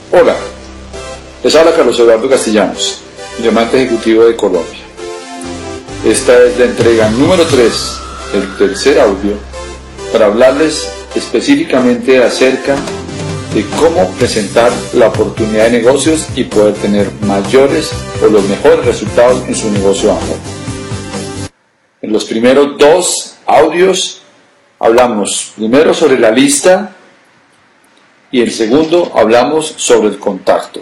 Hola, les habla Carlos Eduardo Castellanos, diamante ejecutivo de Colombia. Esta es la entrega número 3, el tercer audio, para hablarles específicamente acerca de cómo presentar la oportunidad de negocios y poder tener mayores o los mejores resultados en su negocio AMO. En los primeros 2 audios hablamos primero sobre la lista y el segundo hablamos sobre el contacto.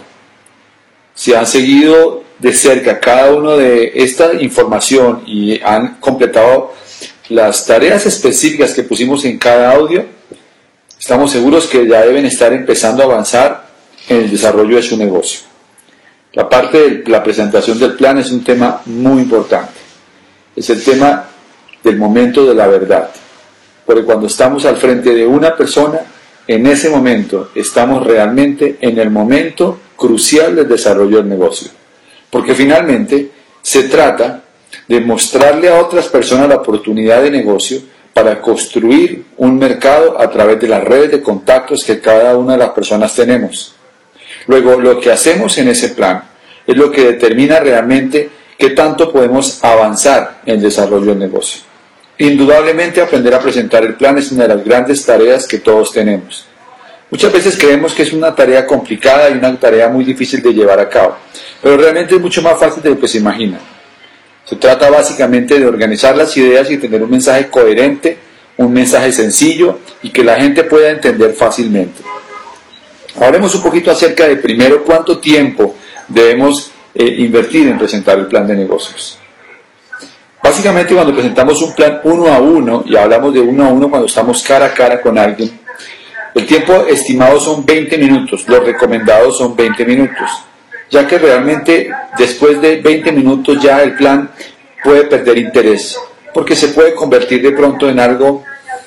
Si han seguido de cerca cada uno de esta información y han completado las tareas específicas que pusimos en cada audio, estamos seguros que ya deben estar empezando a avanzar en el desarrollo de su negocio. La parte de la presentación del plan es un tema muy importante. Es el tema del momento de la verdad. Porque cuando estamos al frente de una persona, en ese momento estamos realmente en el momento crucial del desarrollo del negocio. Porque finalmente se trata de mostrarle a otras personas la oportunidad de negocio para construir un mercado a través de las redes de contactos que cada una de las personas tenemos. Luego, lo que hacemos en ese plan es lo que determina realmente qué tanto podemos avanzar en el desarrollo del negocio. Indudablemente, aprender a presentar el plan es una de las grandes tareas que todos tenemos. Muchas veces creemos que es una tarea complicada y una tarea muy difícil de llevar a cabo, pero realmente es mucho más fácil de lo que se imagina. Se trata básicamente de organizar las ideas y tener un mensaje coherente, un mensaje sencillo y que la gente pueda entender fácilmente. Hablemos un poquito acerca de primero cuánto tiempo debemos invertir en presentar el plan de negocios. Básicamente cuando presentamos un plan 1 a 1 y hablamos de 1 a 1 cuando estamos cara a cara con alguien, el tiempo estimado son 20 minutos, los recomendados son 20 minutos. Ya que realmente después de 20 minutos ya el plan puede perder interés, porque se puede convertir de pronto en algo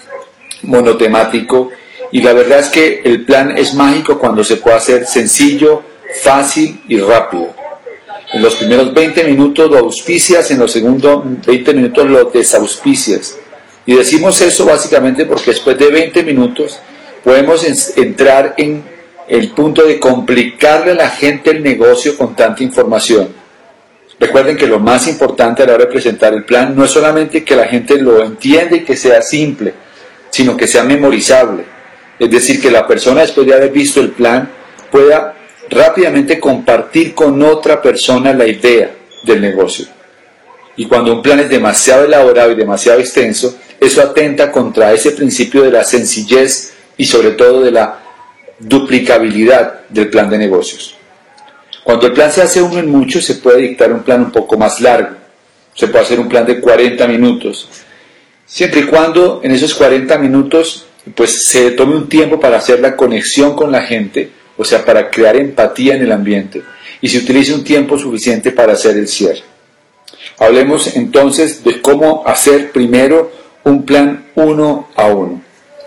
monotemático, y la verdad es que el plan es mágico cuando se puede hacer sencillo, fácil y rápido. En los primeros 20 minutos lo auspicias, en los segundos 20 minutos lo desauspicias. Y decimos eso básicamente porque después de 20 minutos podemos entrar en el punto de complicarle a la gente el negocio con tanta información. Recuerden que lo más importante a la hora de presentar el plan no es solamente que la gente lo entienda y que sea simple, sino que sea memorizable. Es decir, que la persona después de haber visto el plan pueda rápidamente compartir con otra persona la idea del negocio. Y cuando un plan es demasiado elaborado y demasiado extenso, eso atenta contra ese principio de la sencillez y sobre todo de la duplicabilidad del plan de negocios. Cuando el plan se hace uno en mucho, se puede dictar un plan un poco más largo. Se puede hacer un plan de 40 minutos. Siempre y cuando en esos 40 minutos pues se tome un tiempo para hacer la conexión con la gente, o sea, para crear empatía en el ambiente, y se utilice un tiempo suficiente para hacer el cierre. Hablemos entonces de cómo hacer primero un plan 1 a 1.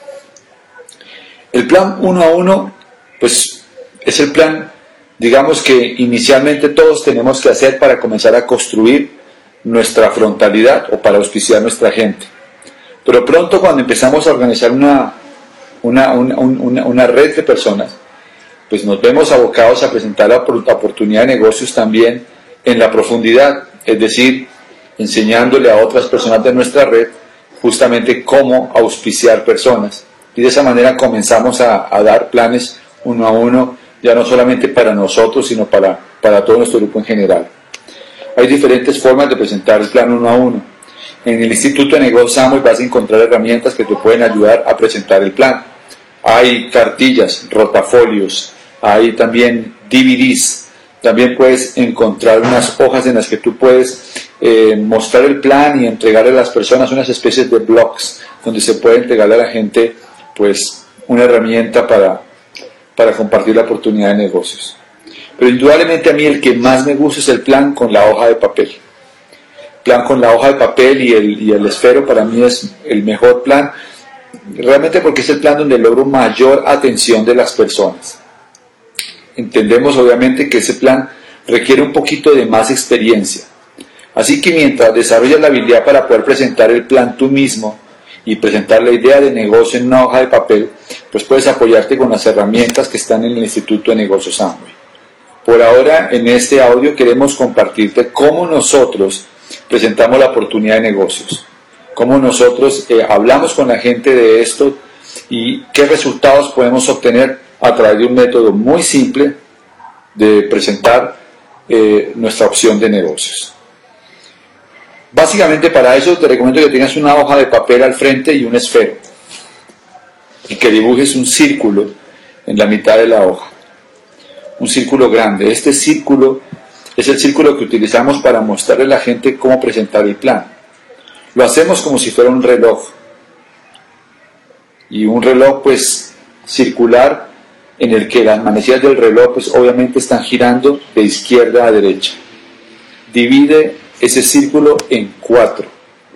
El plan 1 a 1, pues es el plan, digamos que inicialmente todos tenemos que hacer para comenzar a construir nuestra frontalidad o para auspiciar nuestra gente. Pero pronto cuando empezamos a organizar una red de personas, pues nos vemos abocados a presentar la oportunidad de negocios también en la profundidad, es decir, enseñándole a otras personas de nuestra red justamente cómo auspiciar personas. Y de esa manera comenzamos a dar planes 1 a 1, ya no solamente para nosotros, sino para todo nuestro grupo en general. Hay diferentes formas de presentar el plan 1 a 1. En el Instituto de Negocios AMO vas a encontrar herramientas que te pueden ayudar a presentar el plan. Hay cartillas, rotafolios, hay también DVDs. También puedes encontrar unas hojas en las que tú puedes mostrar el plan y entregarle a las personas unas especies de blogs donde se puede entregarle a la gente pues una herramienta para compartir la oportunidad de negocios. Pero indudablemente a mí el que más me gusta es el plan con la hoja de papel. El plan con la hoja de papel y el esfero para mí es el mejor plan, realmente porque es el plan donde logro mayor atención de las personas. Entendemos obviamente que ese plan requiere un poquito de más experiencia. Así que mientras desarrollas la habilidad para poder presentar el plan tú mismo, y presentar la idea de negocio en una hoja de papel, pues puedes apoyarte con las herramientas que están en el Instituto de Negocios Amway. Por ahora, en este audio queremos compartirte cómo nosotros presentamos la oportunidad de negocios, cómo nosotros hablamos con la gente de esto y qué resultados podemos obtener a través de un método muy simple de presentar nuestra opción de negocios. Básicamente para eso te recomiendo que tengas una hoja de papel al frente y un esfero y que dibujes un círculo en la mitad de la hoja, un círculo grande. Este círculo es el círculo que utilizamos para mostrarle a la gente cómo presentar el plan. Lo hacemos como si fuera un reloj, y un reloj pues circular en el que las manecillas del reloj pues obviamente están girando de izquierda a derecha. Divide ese círculo en 4,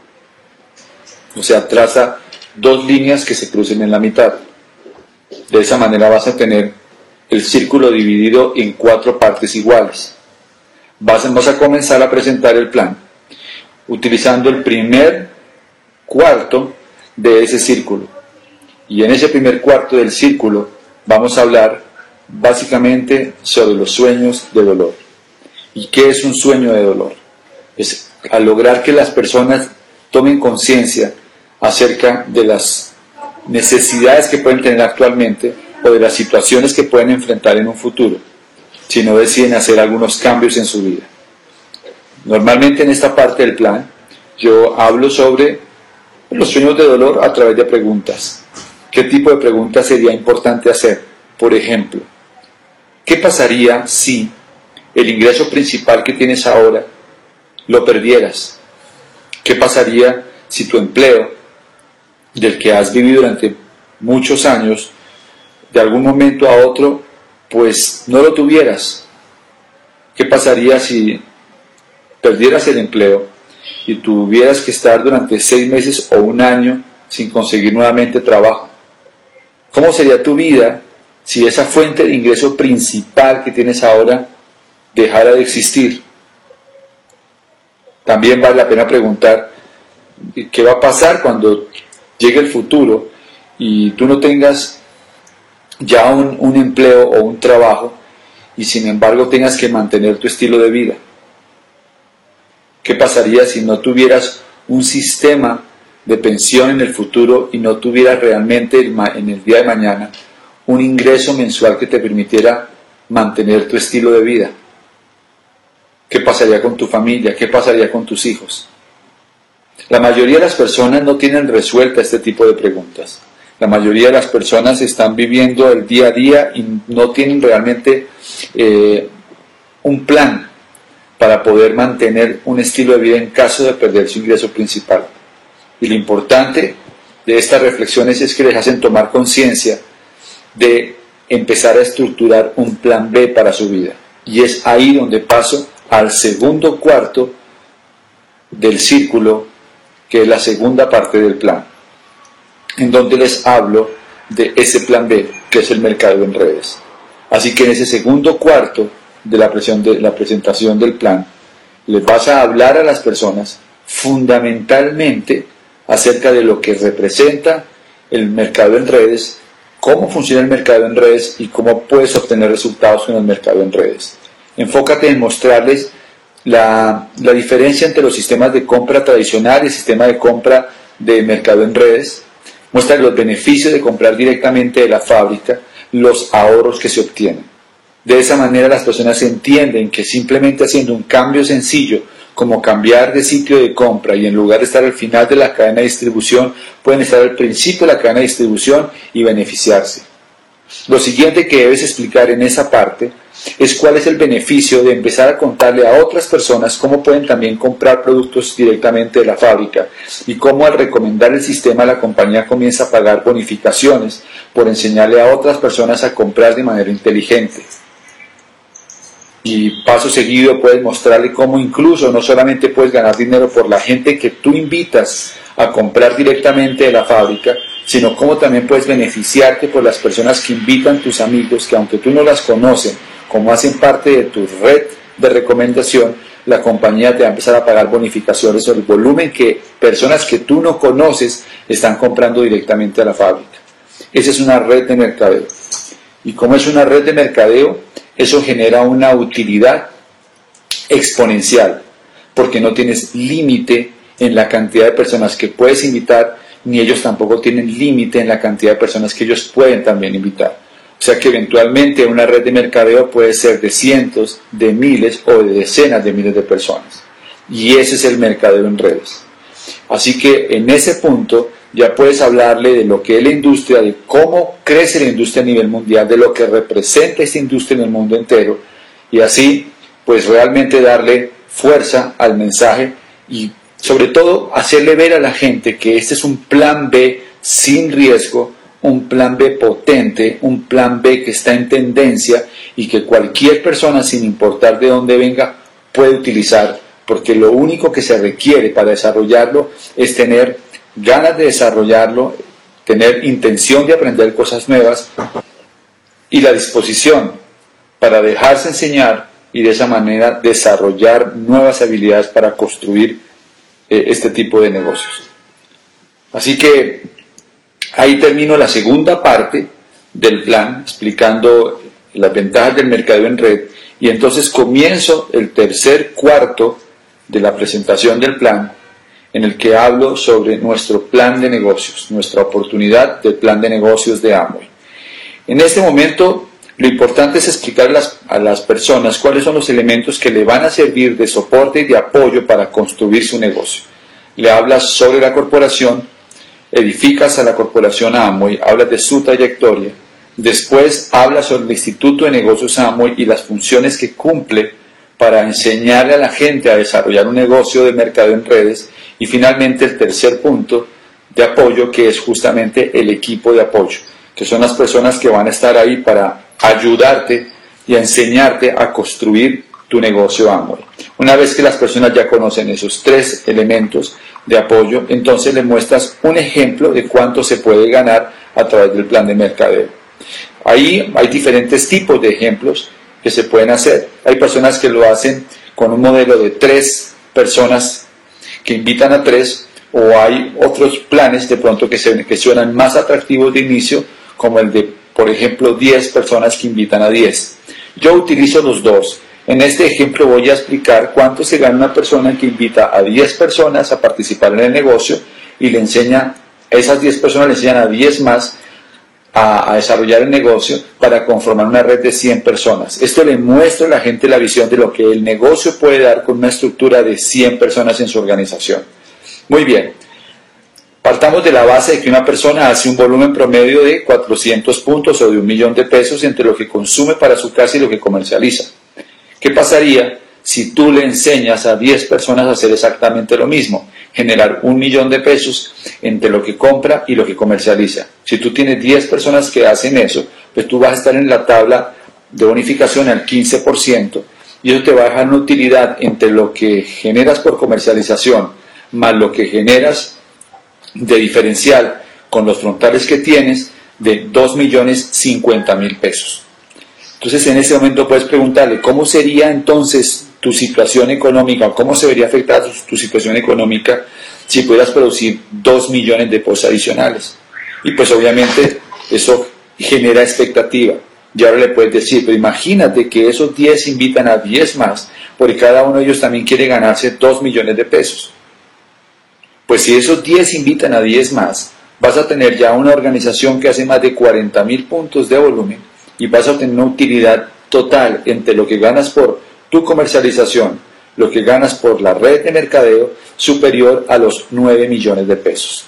o sea, traza 2 líneas que se crucen en la mitad. De esa manera vas a tener el círculo dividido en 4 partes iguales. Vamos a comenzar a presentar el plan utilizando el primer cuarto de ese círculo, y en ese primer cuarto del círculo vamos a hablar básicamente sobre los sueños de dolor. ¿Y qué es un sueño de dolor? Es al lograr que las personas tomen conciencia acerca de las necesidades que pueden tener actualmente o de las situaciones que pueden enfrentar en un futuro, si no deciden hacer algunos cambios en su vida. Normalmente en esta parte del plan yo hablo sobre los sueños de dolor a través de preguntas. ¿Qué tipo de preguntas sería importante hacer? Por ejemplo, ¿qué pasaría si el ingreso principal que tienes ahora lo perdieras? ¿Qué pasaría si tu empleo, del que has vivido durante muchos años, de algún momento a otro, pues no lo tuvieras? ¿Qué pasaría si perdieras el empleo y tuvieras que estar durante 6 meses o un año sin conseguir nuevamente trabajo? ¿Cómo sería tu vida si esa fuente de ingreso principal que tienes ahora dejara de existir? También vale la pena preguntar qué va a pasar cuando llegue el futuro y tú no tengas ya un empleo o un trabajo y sin embargo tengas que mantener tu estilo de vida. ¿Qué pasaría si no tuvieras un sistema de pensión en el futuro y no tuvieras realmente en el día de mañana un ingreso mensual que te permitiera mantener tu estilo de vida? ¿Qué pasaría con tu familia? ¿Qué pasaría con tus hijos? La mayoría de las personas no tienen resuelta este tipo de preguntas. La mayoría de las personas están viviendo el día a día y no tienen realmente un plan para poder mantener un estilo de vida en caso de perder su ingreso principal. Y lo importante de estas reflexiones es que les hacen tomar conciencia de empezar a estructurar un plan B para su vida. Y es ahí donde paso al segundo cuarto del círculo, que es la segunda parte del plan, en donde les hablo de ese plan B, que es el mercado en redes. Así que en ese segundo cuarto de la presentación del plan, les vas a hablar a las personas fundamentalmente acerca de lo que representa el mercado en redes, cómo funciona el mercado en redes y cómo puedes obtener resultados con el mercado en redes. Enfócate en mostrarles la diferencia entre los sistemas de compra tradicional y el sistema de compra de mercado en redes. Muéstrales los beneficios de comprar directamente de la fábrica, los ahorros que se obtienen. De esa manera las personas entienden que simplemente haciendo un cambio sencillo, como cambiar de sitio de compra y en lugar de estar al final de la cadena de distribución, pueden estar al principio de la cadena de distribución y beneficiarse. Lo siguiente que debes explicar en esa parte es cuál es el beneficio de empezar a contarle a otras personas cómo pueden también comprar productos directamente de la fábrica y cómo al recomendar el sistema la compañía comienza a pagar bonificaciones por enseñarle a otras personas a comprar de manera inteligente. Y paso seguido puedes mostrarle cómo incluso no solamente puedes ganar dinero por la gente que tú invitas a comprar directamente de la fábrica, sino cómo también puedes beneficiarte por las personas que invitan tus amigos, que aunque tú no las conoces, como hacen parte de tu red de recomendación, la compañía te va a empezar a pagar bonificaciones sobre el volumen que personas que tú no conoces están comprando directamente a la fábrica. Esa es una red de mercadeo. Y como es una red de mercadeo, eso genera una utilidad exponencial, porque no tienes límite en la cantidad de personas que puedes invitar, ni ellos tampoco tienen límite en la cantidad de personas que ellos pueden también invitar. O sea que eventualmente una red de mercadeo puede ser de cientos, de miles o de decenas de miles de personas. Y ese es el mercadeo en redes. Así que en ese punto ya puedes hablarle de lo que es la industria, de cómo crece la industria a nivel mundial, de lo que representa esta industria en el mundo entero, y así pues realmente darle fuerza al mensaje y sobre todo hacerle ver a la gente que este es un plan B sin riesgo, un plan B potente, un plan B que está en tendencia y que cualquier persona, sin importar de dónde venga, puede utilizar, porque lo único que se requiere para desarrollarlo es tener ganas de desarrollarlo, tener intención de aprender cosas nuevas y la disposición para dejarse enseñar y de esa manera desarrollar nuevas habilidades para construir este tipo de negocios. Así que ahí termino la segunda parte del plan, explicando las ventajas del mercadeo en red, y entonces comienzo el tercer cuarto de la presentación del plan, en el que hablo sobre nuestro plan de negocios, nuestra oportunidad del plan de negocios de Amway. En este momento, lo importante es explicar a las personas cuáles son los elementos que le van a servir de soporte y de apoyo para construir su negocio. Le hablas sobre la corporación, edificas a la corporación Amway, hablas de su trayectoria, después hablas sobre el Instituto de Negocios Amway y las funciones que cumple para enseñarle a la gente a desarrollar un negocio de mercado en redes, y finalmente el tercer punto de apoyo, que es justamente el equipo de apoyo, que son las personas que van a estar ahí para ayudarte y a enseñarte a construir tu negocio Amway. Una vez que las personas ya conocen esos tres elementos de apoyo, entonces le muestras un ejemplo de cuánto se puede ganar a través del plan de mercadeo. Ahí hay diferentes tipos de ejemplos que se pueden hacer. Hay personas que lo hacen con un modelo de 3 personas que invitan a 3, o hay otros planes de pronto que suenan más atractivos de inicio, como el de, por ejemplo, 10 personas que invitan a 10. Yo utilizo los dos. En este ejemplo voy a explicar cuánto se gana una persona que invita a 10 personas a participar en el negocio y le enseña, esas 10 personas le enseñan a 10 más a desarrollar el negocio para conformar una red de 100 personas. Esto le muestra a la gente la visión de lo que el negocio puede dar con una estructura de 100 personas en su organización. Muy bien. Partamos de la base de que una persona hace un volumen promedio de 400 puntos o de 1 millón de pesos entre lo que consume para su casa y lo que comercializa. ¿Qué pasaría si tú le enseñas a 10 personas a hacer exactamente lo mismo? Generar 1 millón de pesos entre lo que compra y lo que comercializa. Si tú tienes 10 personas que hacen eso, pues tú vas a estar en la tabla de bonificación al 15%, y eso te va a dejar una utilidad entre lo que generas por comercialización más lo que generas de diferencial con los frontales que tienes, de 2.050.000 pesos. Entonces en ese momento puedes preguntarle cómo sería entonces tu situación económica, cómo se vería afectada tu situación económica si pudieras producir 2 millones de pesos adicionales. Y pues obviamente eso genera expectativa. Y ahora le puedes decir, pero imagínate que esos 10 invitan a 10 más, porque cada uno de ellos también quiere ganarse 2 millones de pesos. Pues si esos 10 invitan a 10 más, vas a tener ya una organización que hace más de 40.000 puntos de volumen, y vas a obtener una utilidad total entre lo que ganas por tu comercialización, lo que ganas por la red de mercadeo, superior a los 9 millones de pesos.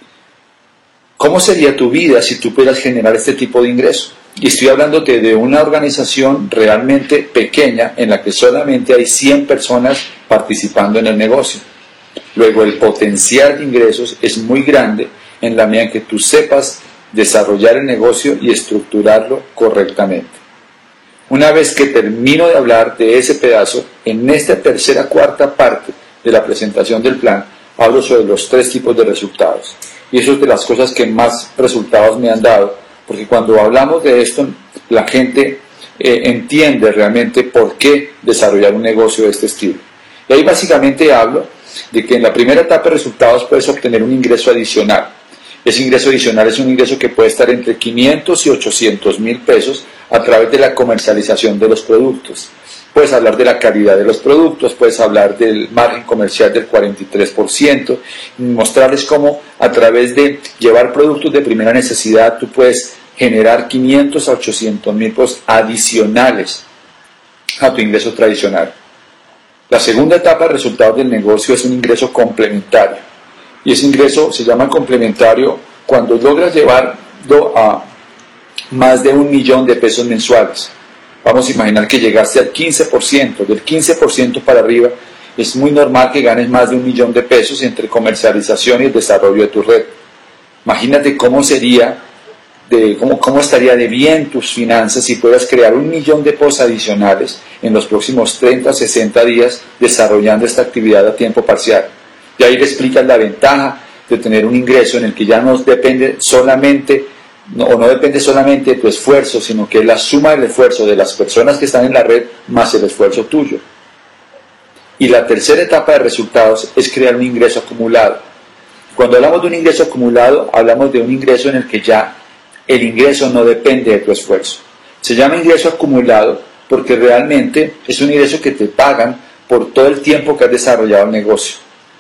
¿Cómo sería tu vida si tú pudieras generar este tipo de ingreso? Y estoy hablándote de una organización realmente pequeña en la que solamente hay 100 personas participando en el negocio. Luego el potencial de ingresos es muy grande en la medida en que tú sepas desarrollar el negocio y estructurarlo correctamente. Una vez que termino de hablar de ese pedazo, en esta tercera cuarta parte de la presentación del plan, hablo sobre los 3 tipos de resultados. Y eso es de las cosas que más resultados me han dado, porque cuando hablamos de esto, la gente entiende realmente por qué desarrollar un negocio de este estilo. Y ahí básicamente hablo de que en la primera etapa de resultados puedes obtener un ingreso adicional. Ese ingreso adicional es un ingreso que puede estar entre 500 y 800 mil pesos a través de la comercialización de los productos. Puedes hablar de la calidad de los productos, puedes hablar del margen comercial del 43%, y mostrarles cómo a través de llevar productos de primera necesidad tú puedes generar 500 a 800 mil pesos adicionales a tu ingreso tradicional. La segunda etapa de resultados del negocio es un ingreso complementario. Y ese ingreso se llama complementario cuando logras llevarlo a más de 1 millón de pesos mensuales. Vamos a imaginar que llegaste al 15%, del 15% para arriba es muy normal que ganes más de 1 millón de pesos entre comercialización y el desarrollo de tu red. Imagínate cómo estaría de bien tus finanzas si puedas crear 1 millón de pesos adicionales en los próximos 30 a 60 días desarrollando esta actividad a tiempo parcial. Y ahí le explicas la ventaja de tener un ingreso en el que ya no depende solamente de tu esfuerzo, sino que es la suma del esfuerzo de las personas que están en la red más el esfuerzo tuyo. Y la tercera etapa de resultados es crear un ingreso acumulado. Cuando hablamos de un ingreso acumulado, hablamos de un ingreso en el que ya el ingreso no depende de tu esfuerzo. Se llama ingreso acumulado porque realmente es un ingreso que te pagan por todo el tiempo que has desarrollado el negocio.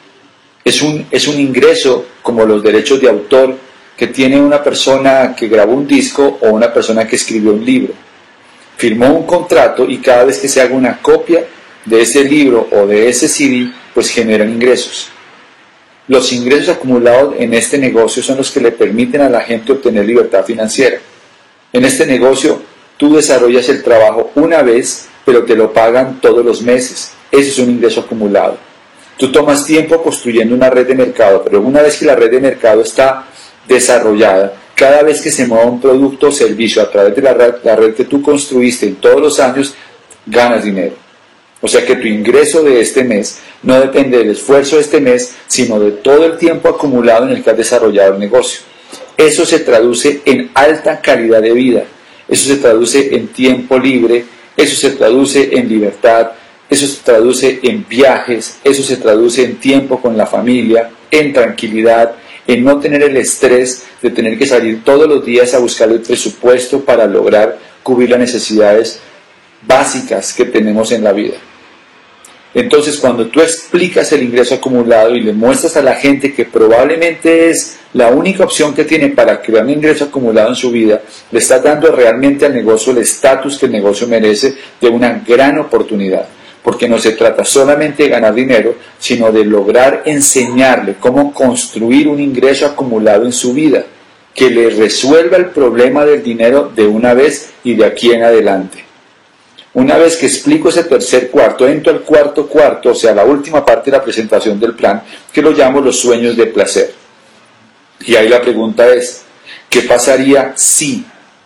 Es un ingreso como los derechos de autor que tiene una persona que grabó un disco o una persona que escribió un libro. Firmó un contrato y cada vez que se haga una copia de ese libro o de ese CD, pues generan ingresos. Los ingresos acumulados en este negocio son los que le permiten a la gente obtener libertad financiera. En este negocio tú desarrollas el trabajo una vez, pero te lo pagan todos los meses. Ese es un ingreso acumulado. Tú tomas tiempo construyendo una red de mercado, pero una vez que la red de mercado está desarrollada, cada vez que se mueva un producto o servicio a través de la red que tú construiste en todos los años, ganas dinero. O sea que tu ingreso de este mes no depende del esfuerzo de este mes, sino de todo el tiempo acumulado en el que has desarrollado el negocio. Eso se traduce en alta calidad de vida, eso se traduce en tiempo libre, eso se traduce en libertad, eso se traduce en viajes, eso se traduce en tiempo con la familia, en tranquilidad, en no tener el estrés de tener que salir todos los días a buscar el presupuesto para lograr cubrir las necesidades básicas que tenemos en la vida. Entonces, cuando tú explicas el ingreso acumulado y le muestras a la gente que probablemente es la única opción que tiene para crear un ingreso acumulado en su vida, le estás dando realmente al negocio el estatus que el negocio merece de una gran oportunidad. Porque no se trata solamente de ganar dinero, sino de lograr enseñarle cómo construir un ingreso acumulado en su vida, que le resuelva el problema del dinero de una vez y de aquí en adelante. Una vez que explico ese tercer cuarto, entro al cuarto, o sea, la última parte de la presentación del plan, que lo llamo los sueños de placer. Y ahí la pregunta es, ¿qué pasaría si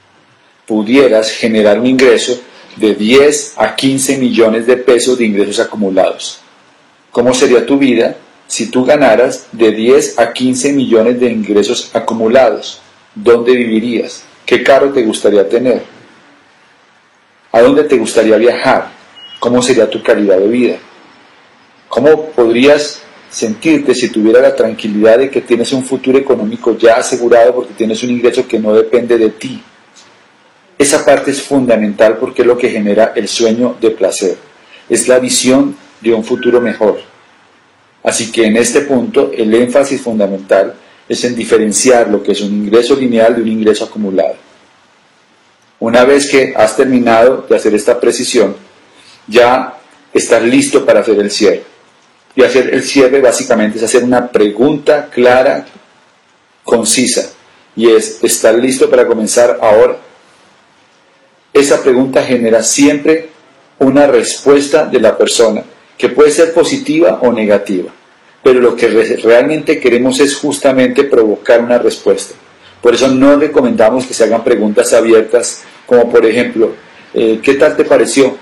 pudieras generar un ingreso de 10 a 15 millones de pesos de ingresos acumulados? ¿Cómo sería tu vida si tú ganaras de 10 a 15 millones de ingresos acumulados? ¿Dónde vivirías? ¿Qué carro te gustaría tener? ¿A dónde te gustaría viajar? ¿Cómo sería tu calidad de vida? ¿Cómo podrías sentirte si tuvieras la tranquilidad de que tienes un futuro económico ya asegurado porque tienes un ingreso que no depende de ti? Esa parte es fundamental porque es lo que genera el sueño de placer. Es la visión de un futuro mejor. Así que en este punto el énfasis fundamental es en diferenciar lo que es un ingreso lineal de un ingreso acumulado. Una vez que has terminado de hacer esta precisión, ya estás listo para hacer el cierre. Y hacer el cierre básicamente es hacer una pregunta clara, concisa. Y es, ¿estás listo para comenzar ahora? Esa pregunta genera siempre una respuesta de la persona, que puede ser positiva o negativa. Pero lo que realmente queremos es justamente provocar una respuesta. Por eso no recomendamos que se hagan preguntas abiertas, como por ejemplo, ¿qué tal te pareció?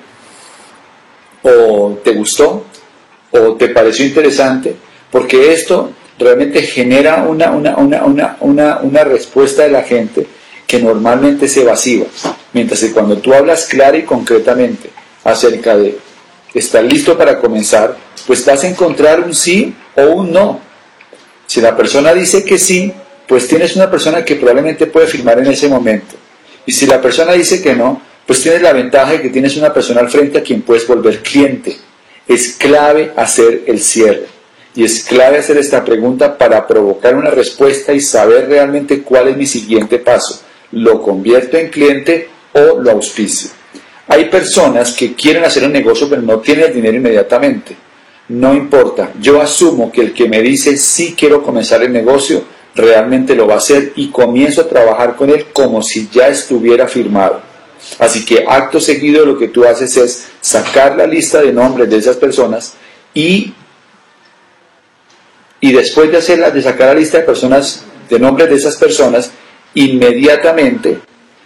¿O te gustó? ¿O te pareció interesante? Porque esto realmente genera una respuesta de la gente que normalmente es evasiva. Mientras que cuando tú hablas clara y concretamente acerca de ¿Estás listo para comenzar? Pues vas a encontrar un sí o un no. Si la persona dice que sí, pues tienes una persona que probablemente puede firmar en ese momento. Y si la persona dice que no, pues tienes la ventaja de que tienes una persona al frente a quien puedes volver cliente. Es clave hacer el cierre. Y es clave hacer esta pregunta para provocar una respuesta y saber realmente cuál es mi siguiente paso. ¿Lo convierto en cliente o lo auspicio? Hay personas que quieren hacer un negocio pero no tienen el dinero inmediatamente. No importa, yo asumo que el que me dice sí quiero comenzar el negocio, realmente lo va a hacer y comienzo a trabajar con él como si ya estuviera firmado. Así que acto seguido lo que tú haces es sacar la lista de nombres de esas personas y después de sacar la lista de nombres de esas personas, inmediatamente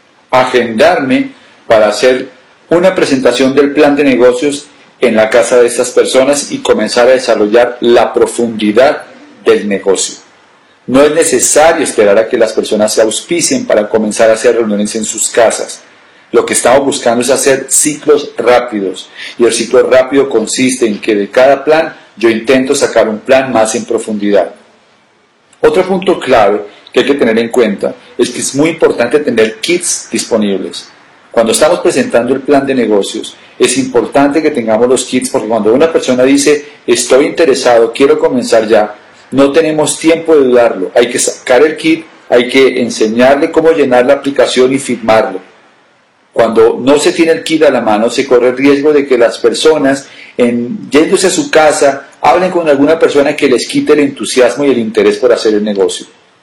agendarme para hacer una presentación del plan de negocios en la casa de estas personas y comenzar a desarrollar la profundidad del negocio. No es necesario esperar a que las personas se auspicien para comenzar a hacer reuniones en sus casas. Lo que estamos buscando es hacer ciclos rápidos, y el ciclo rápido consiste en que de cada plan yo intento sacar un plan más en profundidad. Otro punto clave que hay que tener en cuenta es que es muy importante tener kits disponibles. Cuando estamos presentando el plan de negocios, es importante que tengamos los kits, porque cuando una persona dice estoy interesado, quiero comenzar ya, no tenemos tiempo de dudarlo. Hay que sacar el kit, hay que enseñarle cómo llenar la aplicación y firmarlo. Cuando no se tiene el kit a la mano, se corre el riesgo de que las personas, yéndose a su casa, hablen con alguna persona que les quite el entusiasmo y el interés por hacer el negocio.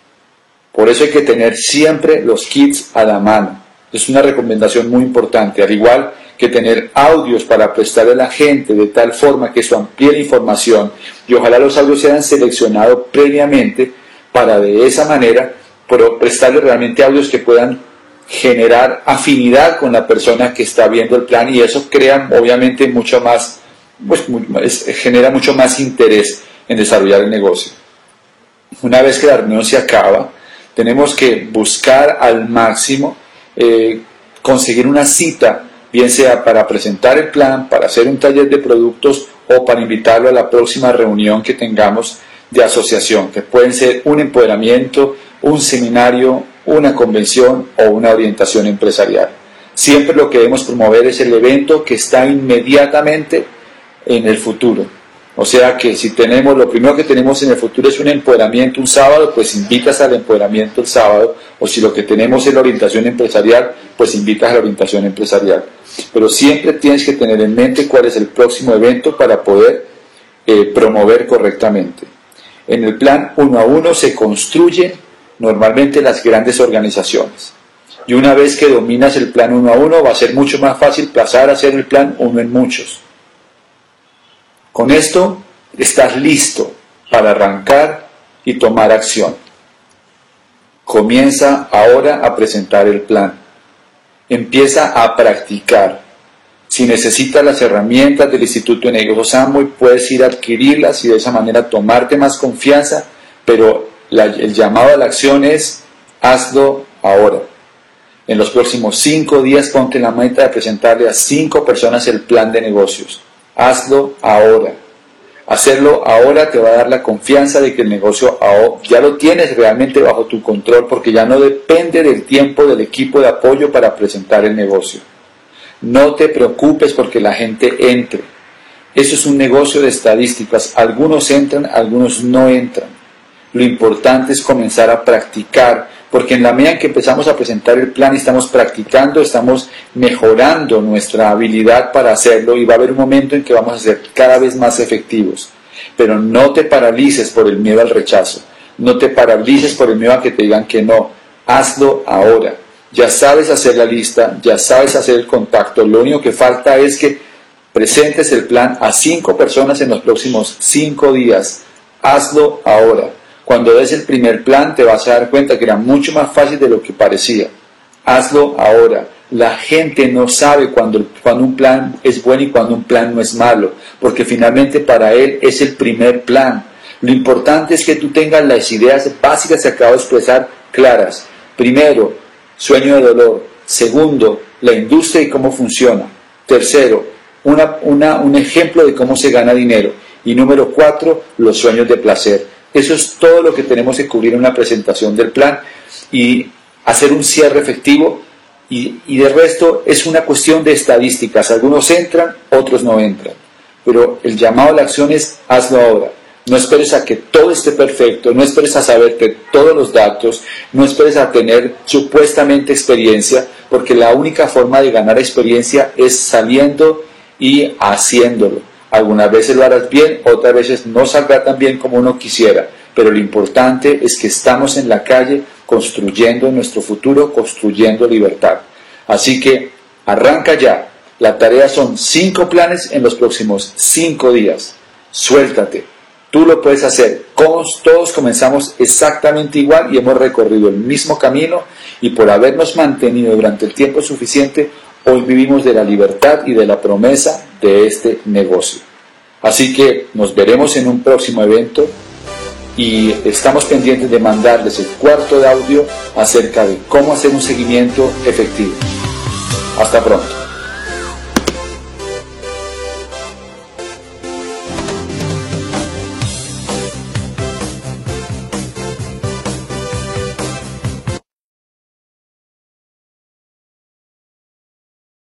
Por eso hay que tener siempre los kits a la mano. Es una recomendación muy importante, al igual que tener audios para prestarle a la gente de tal forma que eso amplíe la información, y ojalá los audios sean seleccionados previamente para de esa manera prestarle realmente audios que puedan generar afinidad con la persona que está viendo el plan, y eso crea obviamente mucho más, genera mucho más interés en desarrollar el negocio. Una vez que la reunión se acaba, tenemos que buscar al máximo conseguir una cita, bien sea para presentar el plan, para hacer un taller de productos o para invitarlo a la próxima reunión que tengamos de asociación, que pueden ser un empoderamiento, un seminario, una convención o una orientación empresarial. Siempre lo que debemos promover es el evento que está inmediatamente en el futuro. O sea que si lo primero que tenemos en el futuro es un empoderamiento un sábado, pues invitas al empoderamiento el sábado, o si lo que tenemos es la orientación empresarial, pues invitas a la orientación empresarial. Pero siempre tienes que tener en mente cuál es el próximo evento para poder promover correctamente. En el plan 1 a 1 se construyen normalmente las grandes organizaciones. Y una vez que dominas el plan 1 a 1, va a ser mucho más fácil pasar a hacer el plan 1 en muchos. Con esto estás listo para arrancar y tomar acción. Comienza ahora a presentar el plan. Empieza a practicar. Si necesitas las herramientas del Instituto de Negocios Amway, puedes ir a adquirirlas y de esa manera tomarte más confianza, pero el llamado a la acción es hazlo ahora. En los próximos 5 días ponte la meta de presentarle a 5 personas el plan de negocios. Hazlo ahora. Hacerlo ahora te va a dar la confianza de que el negocio ya lo tienes realmente bajo tu control, porque ya no depende del tiempo del equipo de apoyo para presentar el negocio. No te preocupes porque la gente entre. Eso es un negocio de estadísticas. Algunos entran, algunos no entran. Lo importante es comenzar a practicar, porque en la medida en que empezamos a presentar el plan y estamos practicando, estamos mejorando nuestra habilidad para hacerlo, y va a haber un momento en que vamos a ser cada vez más efectivos. Pero no te paralices por el miedo al rechazo, no te paralices por el miedo a que te digan que no. Hazlo ahora. Ya sabes hacer la lista, ya sabes hacer el contacto, lo único que falta es que presentes el plan a 5 personas en los próximos 5 días. Hazlo ahora. Cuando des el primer plan te vas a dar cuenta que era mucho más fácil de lo que parecía. Hazlo ahora. La gente no sabe cuando un plan es bueno y cuando un plan no es malo, porque finalmente para él es el primer plan. Lo importante es que tú tengas las ideas básicas que acabo de expresar claras. Primero, sueño de dolor. Segundo, la industria y cómo funciona. Tercero, un ejemplo de cómo se gana dinero. Y número 4, los sueños de placer. Eso es todo lo que tenemos que cubrir en una presentación del plan y hacer un cierre efectivo. Y de resto es una cuestión de estadísticas. Algunos entran, otros no entran. Pero el llamado a la acción es hazlo ahora. No esperes a que todo esté perfecto, no esperes a saberte todos los datos, no esperes a tener supuestamente experiencia, porque la única forma de ganar experiencia es saliendo y haciéndolo. Algunas veces lo harás bien, otras veces no saldrá tan bien como uno quisiera, pero lo importante es que estamos en la calle construyendo nuestro futuro, construyendo libertad. Así que arranca ya. La tarea son 5 planes en los próximos 5 días. Suéltate. Tú lo puedes hacer. Todos comenzamos exactamente igual y hemos recorrido el mismo camino, y por habernos mantenido durante el tiempo suficiente, hoy vivimos de la libertad y de la promesa de este negocio. Así que nos veremos en un próximo evento y estamos pendientes de mandarles el cuarto de audio acerca de cómo hacer un seguimiento efectivo. Hasta pronto.